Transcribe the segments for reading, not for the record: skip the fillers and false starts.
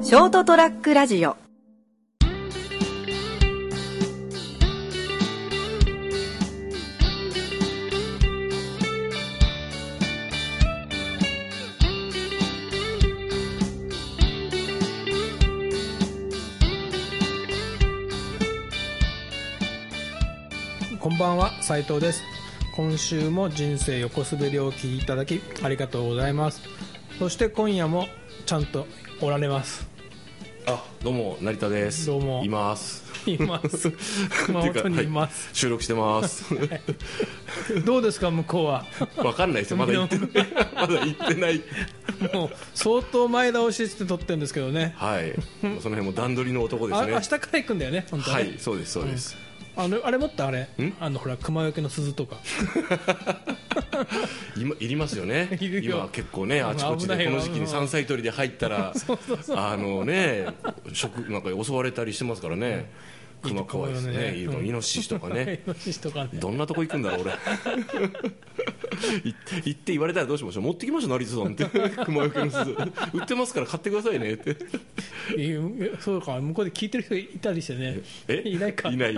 ショートトラックラジオ。 こんばんは、斉藤です。今週も人生横滑りを聞いていただきありがとうございます。そして今夜もちゃんとおられます。 あ、どうも成田です。 どうもいます熊本にいます、 はい、収録してますどうですか向こうは。 分かんないですよ、まだ行ってないまだ行ってないもう相当前倒しして撮ってるんですけどね。 はい、その辺も段取りの男ですね。 明日から行くんだよね、本当はね。 はい、そうですそうです、 あれ持った、あれほら熊よけの鈴とか今いりますよね。今結構ね、あちこちでこの時期に山菜採りで入ったらなんか襲われたりしてますからね。熊怖いですね。イノシシとかねどんなとこ行くんだろう俺行って言われたらどうしましょう。持ってきましょう成田さんって熊よけの鈴売ってますから買ってくださいねってそうか、向こうで聞いてる人いたりしてね。いないか。 いない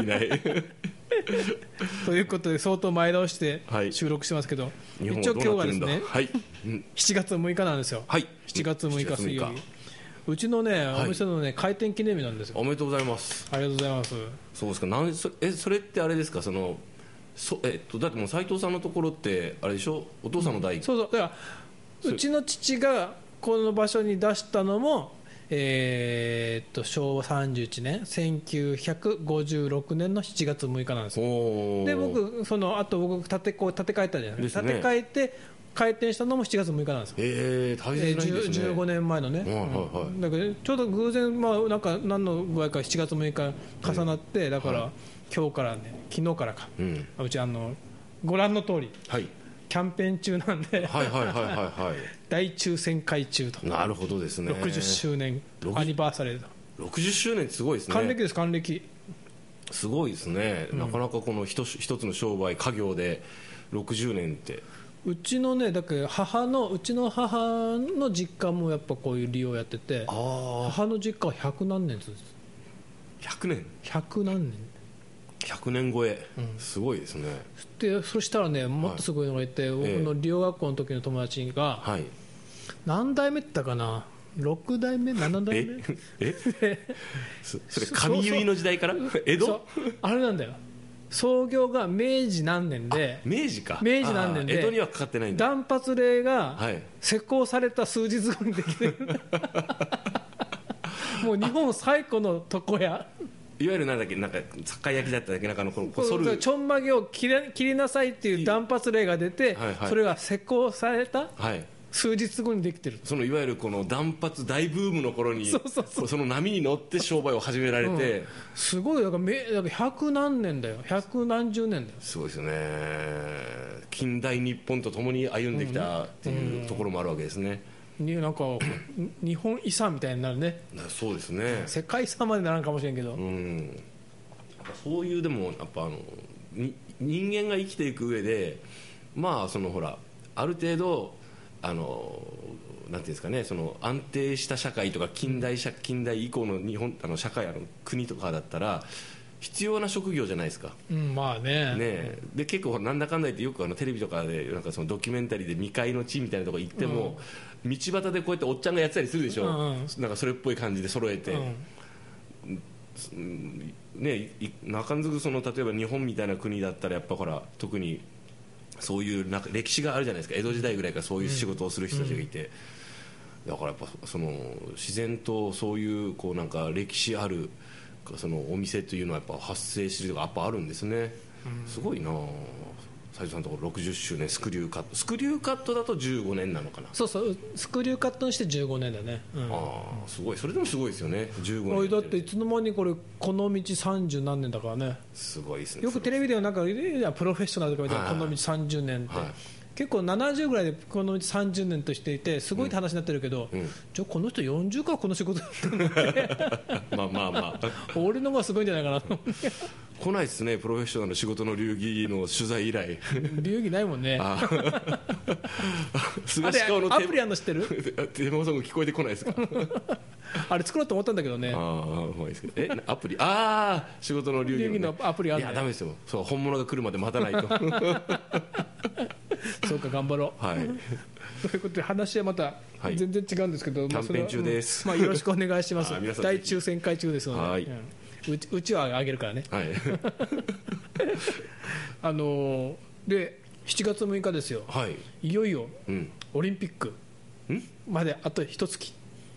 ということで相当前倒して収録してますけど、はい、一応今日はですね、はい、7月6日なんですよ、はい、7月6日水曜日、うちのね、お店のね、開店記念日なんですよ。 おめでとうございます。 ありがとうございます。 そうですか。それってあれですか、だってもう斉藤さんのところってあれでしょ、お父さんの代、 そうだからうちの父がこの場所に出したのも昭和31年1956年の7月6日なんですよ。で僕その後僕建て替えたじゃないですか、建て替えて開店したのも7月6日なんですよ。 大変ないいですね。 15年前のね、だからちょうど偶然、なんか何の具合か7月6日重なって、だから、今日からね、昨日からか、うちご覧の通り、キャンペーン中なんで大抽選会中と。 なるほどですね。 60周年アニバーサリーと。 60周年ってすごいですね。 還暦です、還暦。 すごいですね、なかなかこの一つの商売家業で60年って。 うちのね、だけうちの母の実家もやっぱこういう利用やってて、母の実家は100何年です。 100年 100何年 100年超え、すごいですね。 でそしたらね、もっとすごいのがいて、僕の利用学校の時の友達が、何代目って言ったかな、6代目7代目それ上結の時代から江戸あれなんだよ、創業が明治何年で、 明治何年で江戸にはかかってないんだ。 断髪令が施行された数日後にできてるもう日本最古の床屋、 いわゆるなんだっけ、なんか酒焼きだっただけ、なんかちょんまげを切りなさいっていう断髪令が出て、それが施行された数日後にできてる。 そのいわゆるこの断髪大ブームの頃にその波に乗って商売を始められて、 すごい。だから100何年だよ、100何十年だよ。 すごいですよね。近代日本と共に歩んできたっていうところもあるわけですね。 なんか日本遺産みたいになるね。 そうですね。 世界遺産までならんかもしれんけど、 そういうでもやっぱ人間が生きていく上で、ほらある程度なんていうんですかね、その安定した社会とか近代以降の日本社会国とかだったら必要な職業じゃないですか。 まあね。 で結構なんだかんだ言ってよくテレビとかでなんかそのドキュメンタリーで未開の地みたいなとこ行っても、道端でこうやっておっちゃんがやってたりするでしょ、なんかそれっぽい感じで揃えて、中津その例えば日本みたいな国だったらやっぱほら特にそういうなんか歴史があるじゃないですか。江戸時代ぐらいからそういう仕事をする人たちがいて、だからやっぱその自然とそういうこうなんか歴史あるそのお店というのはやっぱ発生してるとかやっぱあるんですね。すごいな。斉藤さんのところ60周年スクリューカットだと15年なのかな。 そうスクリューカットにして15年だね。 すごい。それでもすごいですよね、15年。 だっていつの間にこの道30何年だからね。 すごいですね。 よくテレビではなんかプロフェッショナルとか見てこの道30年って、結構70ぐらいでこの道30年としていてすごいって話になってるけど、じゃあこの人40からこの仕事やってるんだってまあ俺の方がすごいんじゃないかなと来ないですね、プロフェッショナルの仕事の流儀の取材以来。 流儀ないもんね。 菅氏顔のアプリあんの知ってる？ 電話番号聞こえてこないですか？ あれ作ろうと思ったんだけどね。 ああ、うまいですけど、アプリ、仕事の流儀の、ね、 流儀のアプリあるんだよ。 いやダメですよ、そう本物が来るまで待たないとそうか、頑張ろう。 はいということで話はまた全然違うんですけど、 キャンペーン中です、 よろしくお願いします皆さん大抽選会中ですので、 はい、 うちはあげるからね、 はいで7月6日ですよ、 はい、 いよいよオリンピックまであと一月、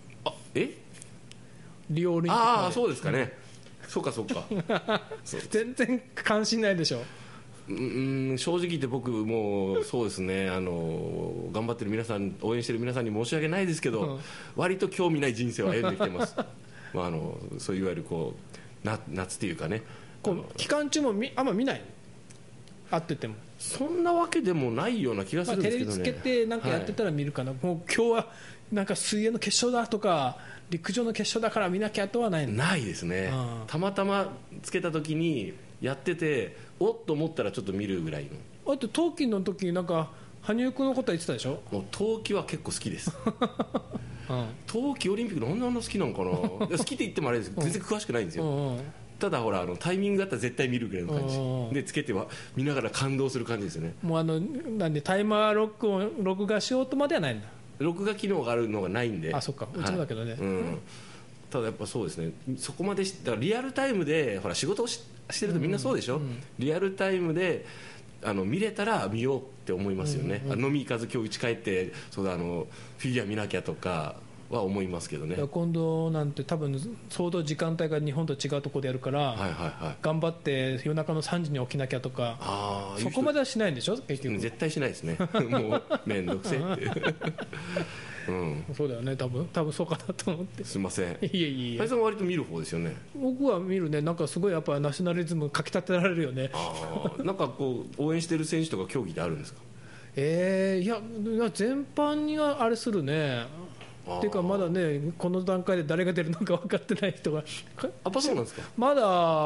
リオオリンピックまで。 そうですかね、そうか全然関心ないでしょ。 正直言って僕もそうですね、頑張ってる皆さん、応援してる皆さんに申し訳ないですけど、割と興味ない人生を歩んできてますそういわゆるこう夏っていうかね、 期間中もあんま見ない、会っててもそんなわけでもないような気がするんですけどね、 テレビつけてなんかやってたら見るかな、もう今日はなんか水泳の決勝だとか陸上の決勝だから見なきゃとはないの。 ないですね、たまたまつけた時にやってておっと思ったらちょっと見るぐらいの。 あと冬季の時なんか羽生君のことは言ってたでしょ。 もう冬季は結構好きです冬季オリンピックなんであんな好きなのかな好きって言ってもあれです、全然詳しくないんですよただほらタイミングがあったら絶対見るぐらいの感じでつけては見ながら感動する感じですよね。 もうなんでタイマー録画しようとまではないんだ。 録画機能があるのがないんで。 そっか、うちもだけどね、 ただやっぱそうですね、そこまでだからリアルタイムでほら仕事をしてるとみんなそうでしょ、リアルタイムで見れたら見ようって思いますよね、飲み行かず今日家帰ってそうだフィギュア見なきゃとかは思いますけどね。 今度なんて多分相当時間帯が日本と違うところでやるから、頑張って夜中の3時に起きなきゃとか、そこまではしないんでしょ結局。 絶対しないですねもう面倒くせえってそうだよね、多分そうかなと思って。 すいません。 いえいえ。 林さんは割と見る方ですよね。 僕は見るね。なんかすごいやっぱナショナリズムかきたてられるよね。 なんかこう応援してる選手とか競技ってあるんですか。 いや全般にはあれするね。っていうかまだねこの段階で誰が出るのか分かってない人がそうなんですか。 ま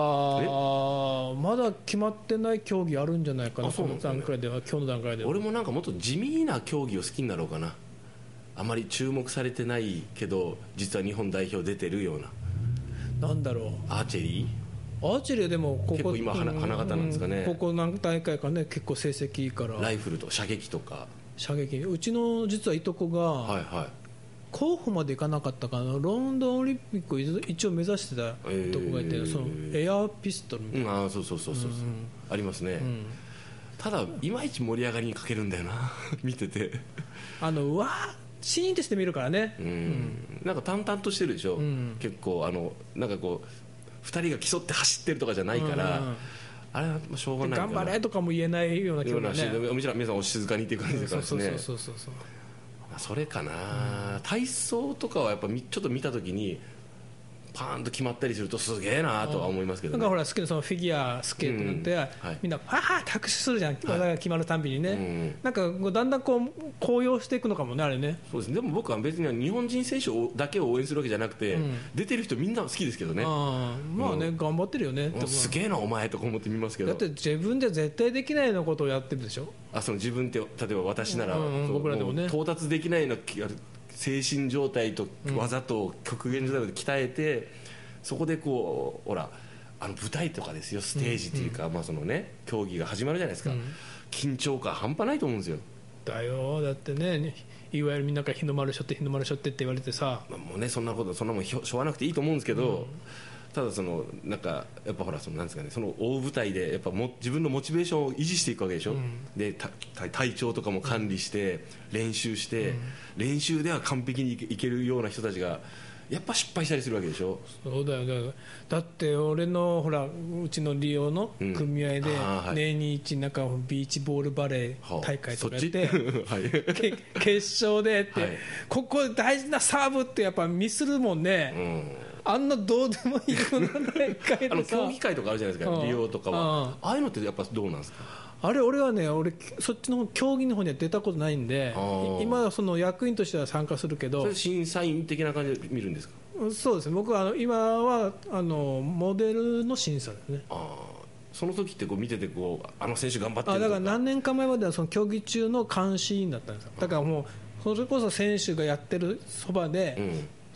だ決まってない競技あるんじゃないかな、この段階では。今日の段階では俺もなんかもっと地味な競技を好きになろうかな。あまり注目されてないけど実は日本代表出てるような。 なんだろう、 アーチェリーでも結構今花形なんですかね。 ここ何大会かね結構成績いいから。 ライフルと射撃とか。 うちの実はいとこが、候補までいかなかったかな、ロンドンオリンピックを一応目指してたとこがいて、そのエアピストルみたいな、 そう、ありますね、ただいまいち盛り上がりに欠けるんだよな見ててシーンとして見るからね、 なんか淡々としてるでしょ、結構なんかこう2人が競って走ってるとかじゃないから、あれはしょうがないかな。 頑張れとかも言えないような気がね。 もちろん皆さんお静かにっていう感じですからね。 そうそれかな、体操とかはやっぱちょっと見たときにパーンと決まったりするとすげえなとは思いますけどね。 なんかほら好きなそのフィギュアスケートなんて、みんな拍手するじゃん、技が決まるたんびにね、なんかだんだんこう高揚していくのかもね、あれね。 そうですね。でも僕は別に日本人選手だけを応援するわけじゃなくて、出てる人みんな好きですけどね。 まあね、頑張ってるよね。 すげえなお前とか思って見ますけど。 だって自分じゃ絶対できないようなことをやってるでしょ。 その自分って例えば私なら、 僕らでもね到達できないような精神状態と技と極限状態で鍛えて、そこでこうほら舞台とかですよ、ステージというか、そのね競技が始まるじゃないですか、緊張感半端ないと思うんですよ。 だよ、だってね、いわゆるみんなから日の丸しょってって言われてさ、 もうねそんなもんしょうがなくていいと思うんですけど、ただなんかやっぱほらなんですかね、その大舞台でやっぱ自分のモチベーションを維持していくわけでしょ、で体調とかも管理して練習して、練習では完璧にいけるような人たちがやっぱ失敗したりするわけでしょ。 そうだよ、だって俺のほらうちの利用の組合で年に一なんかビーチボールバレー大会とかやって決勝でって、ここ大事なサーブってやっぱミスるもんね、あんなどうでもいいような大会でさ競技会とかあるじゃないですか、利用とかは。ああいうのってやっぱどうなんですか。 俺はね、そっちの競技の方には出たことないんで、今はその役員としては参加するけど。 それ審査員的な感じで見るんですか。 そうですね、僕は今はモデルの審査ですね。 その時ってこう見てて選手頑張ってるとか。 だから何年か前まではその競技中の監視員だったんですよ。だからもうそれこそ選手がやってるそばで、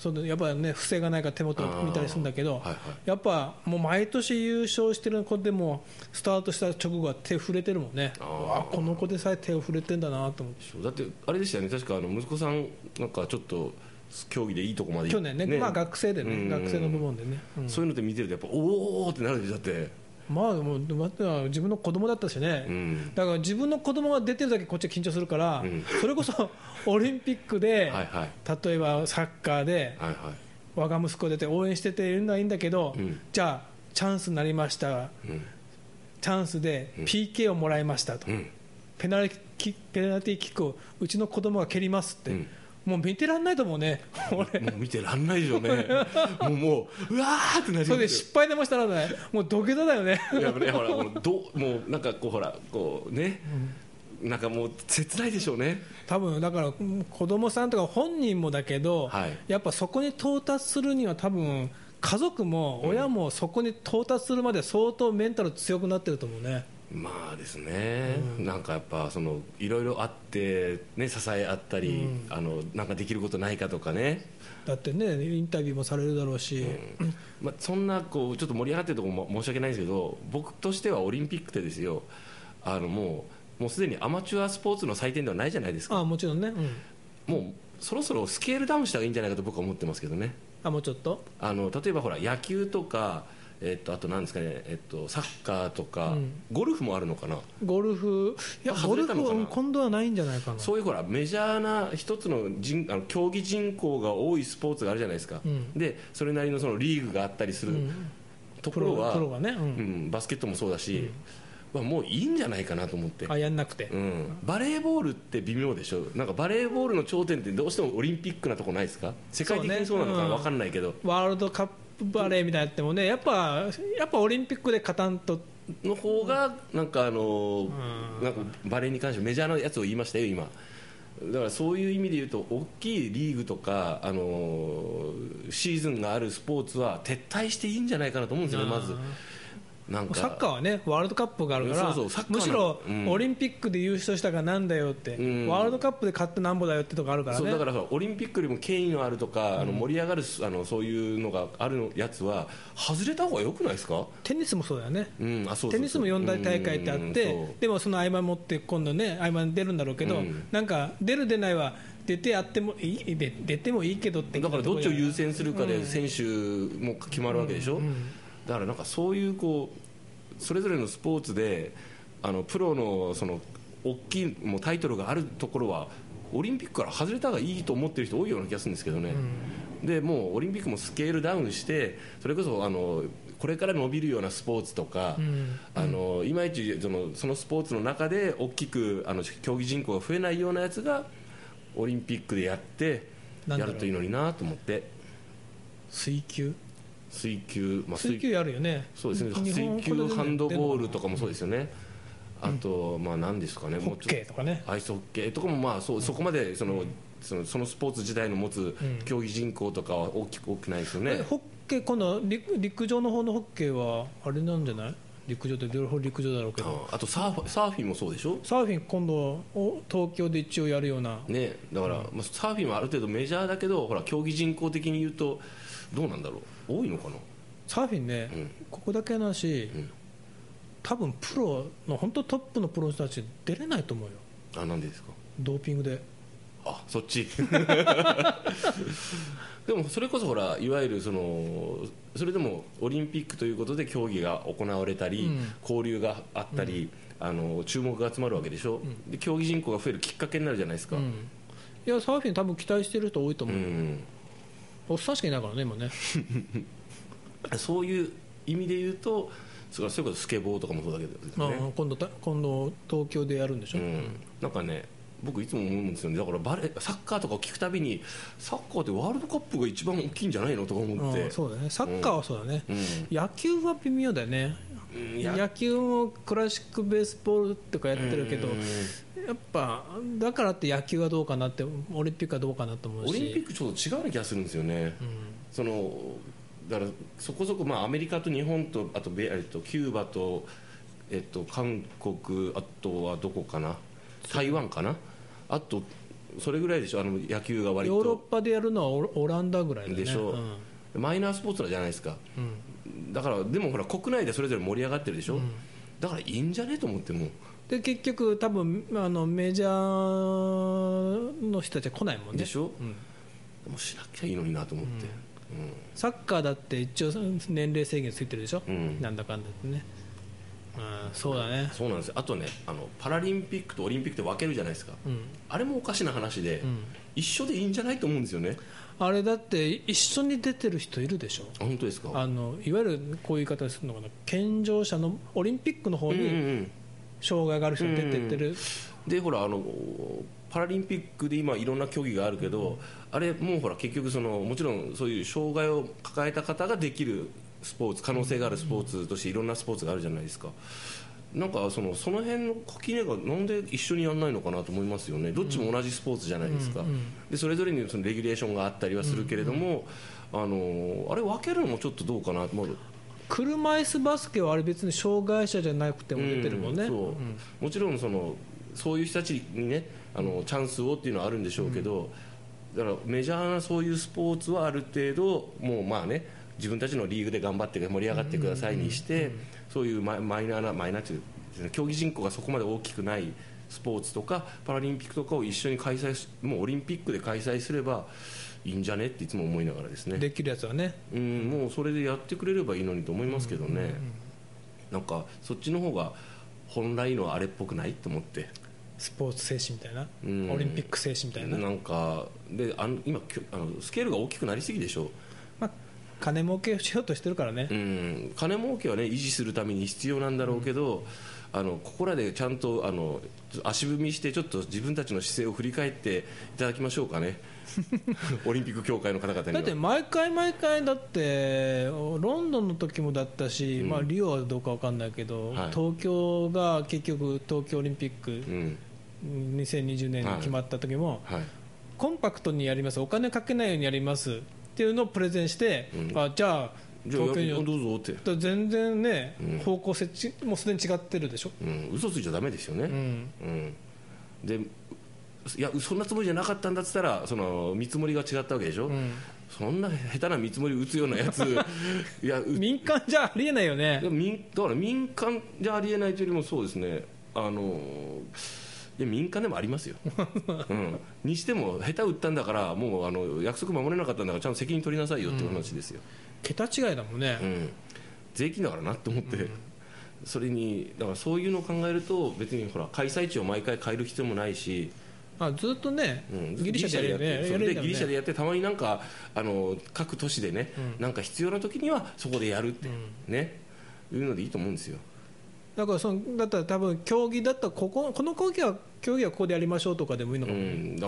やっぱりね不正がないか手元を見たりするんだけど、 はいはい、 やっぱもう毎年優勝してる子でもスタートした直後は手触れてるもんね。この子でさえ手を触れてんだなと思って。 だってあれでしたよね、確か息子さんなんかちょっと競技でいいとこまで去年ね、まあ学生でね、学生の部門でね、 そういうので見てるとやっぱおおってなるでしょ。だってまあもう自分の子供だったしね、だから自分の子供が出てるだけこっちは緊張するから、それこそオリンピックではい、はい、例えばサッカーで、はいはい、我が息子出て応援してているのはいいんだけど、じゃあチャンスになりました、チャンスで PK をもらいましたと、ペナルティーキックをうちの子供が蹴りますって、もう見てらんないと思うね。俺もう見てらんないでしょうね。もううわーってなりますよ。 それで失敗でもしたらね、もう土下座だよね。 いやね、ほらもうなんかこうほらこうね、なんかもう切ないでしょうね。 多分だから子供さんとか本人もだけど、はい、やっぱそこに到達するには多分家族も親もそこに到達するまで相当メンタル強くなってると思うね。 まあですね、なんかやっぱいろいろあって、ね、支え合ったり、なんかできることないかとかね。 だってねインタビューもされるだろうし、 まあ、そんなこうちょっと盛り上がってるところも申し訳ないんですけど、僕としてはオリンピックってですよ、もうすでにアマチュアスポーツの祭典ではないじゃないですか。 もちろんね、 もうそろそろスケールダウンした方がいいんじゃないかと僕は思ってますけどね。 もうちょっと例えばほら野球とかあとなんですかね、サッカーとか、ゴルフもあるのかな。 ゴルフ今度はないんじゃないかな。 そういうほらメジャーな一つの競技人口が多いスポーツがあるじゃないですか、でそれなりのそのリーグがあったりするところは、 プロがね、 バスケットもそうだし、もういいんじゃないかなと思って。 やんなくて、 バレーボールって微妙でしょ。なんかバレーボールの頂点ってどうしてもオリンピックなとこないですか。世界的にそうなのかな、分かんないけど、 ワールドカップバレーみたいなやってもね、やっぱオリンピックで勝たんとの方がなんかなんかバレーに関してメジャーなやつを言いましたよ今。だからそういう意味で言うと大きいリーグとか、シーズンがあるスポーツは撤退していいんじゃないかなと思うんですよね。まずなんかサッカーはねワールドカップがあるから、むしろオリンピックで優勝したからなんだよって、ワールドカップで勝ってなんぼだよってとこあるからね。 そうだからオリンピックよりも権威のあるとか、盛り上がるそういうのがあるやつは外れた方がよくないですか。 テニスもそうだよね、 そうテニスも4大大会ってあって、でもその合間持って今度ね合間に出るんだろうけど、なんか出る出ないは出てやってもいい、出てもいいけどって、 だからどっちを優先するかで選手も決まるわけでしょ、だからなんかそういうそれぞれのスポーツでプロの大きいもうタイトルがあるところはオリンピックから外れた方がいいと思ってる人多いような気がするんですけどね、でもうオリンピックもスケールダウンして、それこそこれから伸びるようなスポーツとか、いまいちそのスポーツの中で大きく競技人口が増えないようなやつがオリンピックでやってやるといいのになと思って。 水球やるよね。そうですね。水球、ハンドボールとかもそうですよね。あと何ですかね。 ホッケーとかね。 アイスホッケーとかもそこまでそのスポーツ自体の持つ競技人口とかは大きくないですよね。 ホッケー今度陸上の方のホッケーはあれなんじゃない？陸上って両方陸上だろうけど。 あとサーフィンもそうでしょ。 サーフィン今度東京で一応やるような。 ね、だからサーフィンはある程度メジャーだけど、ほら競技人口的に言うとどうなんだろう。多いのかな。 サーフィンね、ここだけの話、多分プロの本当トップのプロの人たち出れないと思うよ。 なんでですか。 ドーピングで。 そっちでもそれこそほらいわゆるそれでもオリンピックということで競技が行われたり、交流があったり、注目が集まるわけでしょ、で競技人口が増えるきっかけになるじゃないですか、 いやサーフィン多分期待してる人多いと思う、おっさんしかいないからね今ねそういう意味で言うとそれこそスケボーとかもそうだけど、ね、 今度東京でやるんでしょ、 なんかね僕いつも思うんですよね。だからサッカーとかを聞くたびにサッカーってワールドカップが一番大きいんじゃないのとか思って、 そうだね、サッカーはそうだね、野球は微妙だよね、野球もクラシックベースボールとかやってるけど、やっぱだからって野球はどうかなって、オリンピックはどうかなと思うし、 オリンピックちょっと違うような気がするんですよね、だからそこそこ、アメリカと日本とあとキューバと、韓国、あとはどこかな、台湾かな、あとそれぐらいでしょ、野球が割とヨーロッパでやるのはオランダぐらいだねでしょ、マイナースポーツじゃないですか、だからでもほら国内でそれぞれ盛り上がってるでしょ、だからいいんじゃねと思って。もで結局多分メジャーの人たちは来ないもんねでしょ、もうしなきゃいいのになと思って、 サッカーだって一応年齢制限ついてるでしょ、なんだかんだってね、そうだね。 そうなんですよ。あとね、パラリンピックとオリンピックって分けるじゃないですか、あれもおかしな話で、一緒でいいんじゃないと思うんですよね。 あれだって一緒に出てる人いるでしょ。 本当ですか。 いわゆるこういう言い方するのかな、健常者のオリンピックの方に障害がある人が出てってる、 でほらパラリンピックで今いろんな競技があるけど、あれもうほら結局もちろんそういう障害を抱えた方ができるスポーツ、可能性があるスポーツとしていろんなスポーツがあるじゃないですか。なんかその辺の垣根がなんで一緒にやらないのかなと思いますよね。どっちも同じスポーツじゃないですか、でそれぞれにそのレギュレーションがあったりはするけれども、あれ分けるのもちょっとどうかなと思う。 車椅子バスケはあれ別に障害者じゃなくても出てるもんね、 もちろんそういう人たちにねチャンスをっていうのはあるんでしょうけど、だからメジャーなそういうスポーツはある程度もうまあね自分たちのリーグで頑張って盛り上がってくださいにして、そういうマイナーという競技人口がそこまで大きくないスポーツとかパラリンピックとかを一緒に開催もうオリンピックで開催すればいいんじゃねっていつも思いながらですね。 できるやつはね、 もうそれでやってくれればいいのにと思いますけどね、なんかそっちの方が本来のあれっぽくないと思って、 スポーツ精神みたいな、オリンピック精神みたいな、 なんかで今スケールが大きくなりすぎでしょ。 金儲けをしようとしてるからね、 金儲けはね維持するために必要なんだろうけど、ここらでちゃんと足踏みしてちょっと自分たちの姿勢を振り返っていただきましょうかねオリンピック協会の方々には。 だって毎回だってロンドンの時もだったし、リオはどうか分かんないけど、東京が結局東京オリンピック、2020年に決まった時も、コンパクトにやります、お金かけないようにやりますっていうのをプレゼンして、じゃあ東京にどうぞって全然ね、方向性もうすでに違ってるでしょ、 嘘ついちゃダメですよね、でいやそんなつもりじゃなかったんだっつったら見積もりが違ったわけでしょ、そんな下手な見積もり打つようなやついや民間じゃありえないよね。 だから民間じゃありえないというよりもそうですね、いや民間でもありますよ、にしても下手打ったんだからもう約束守れなかったんだからちゃんと責任取りなさいよっていう話ですよ、 桁違いだもんね、 税金だからなって思って、それにだからそういうのを考えると別にほら開催地を毎回変える必要もないし、 ずっとね、ギリシャでやってギリシャでやってたまになんか各都市でね、なんか必要な時にはそこでやるってね、いうのでいいと思うんですよ。 だからだったら多分競技だったらこの競技はここでやりましょうとかでもいいのかも、 だ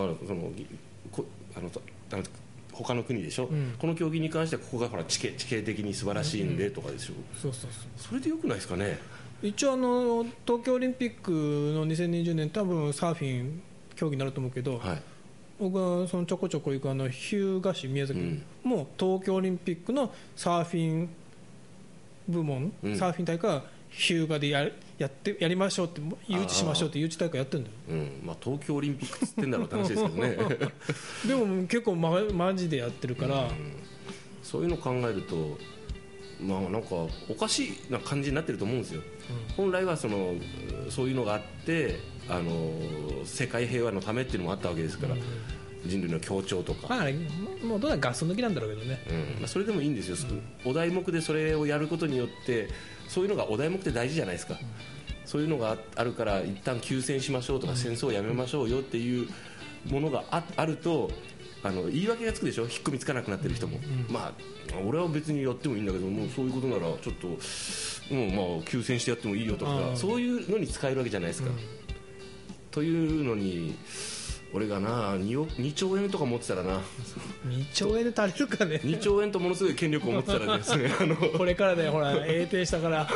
から他の国でしょ、この競技に関してはここがほら地形的に素晴らしいんでとかでしょ、それでよくないですかね。 一応東京オリンピックの2020年多分サーフィン競技になると思うけど、僕はちょこちょこ行く日向市宮崎、もう東京オリンピックのサーフィン部門、サーフィン大会は日向でやりましょうって誘致しましょうって誘致大会やってるんだよ、 東京オリンピックっつってんだろうって話ですけどねでも結構マジでやってるから、 そういうのを考えるとなんかおかしいな感じになってると思うんですよ、本来はそういうのがあって世界平和のためっていうのもあったわけですから、人類の協調とか、 もうどうだガス抜きなんだろうけどね、 それでもいいんですよ、お題目でそれをやることによってそういうのがお題目って大事じゃないですか、そういうのがあるから一旦休戦しましょうとか、戦争をやめましょうよっていうものがあると言い訳がつくでしょ、引っ込みつかなくなってる人も、俺は別にやってもいいんだけどもうそういうことならちょっともう休戦してやってもいいよとか、そういうのに使えるわけじゃないですか、というのに俺がな 2兆円とか持ってたらな、 2兆円で足りるかね 2兆円とものすごい権力を持ってたらですねこれからだよ、ほら永定したから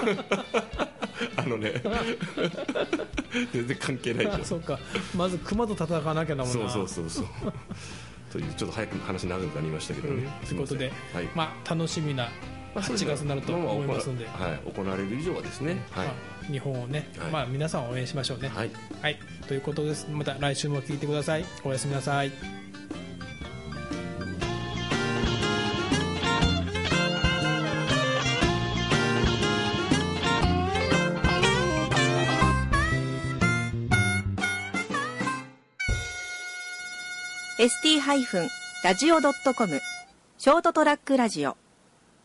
全然関係ないじゃんそうか、まず熊と戦わなきゃだもんな。 そうというちょっと早く話長くなりましたけどね、 ということで、楽しみな 8月になると思いますので、 行われる以上はですね、 日本をね、皆さん応援しましょうね。 はい、 ということです。また来週も聞いてください。おやすみなさい。 ST-radio.com ショートトラックラジオ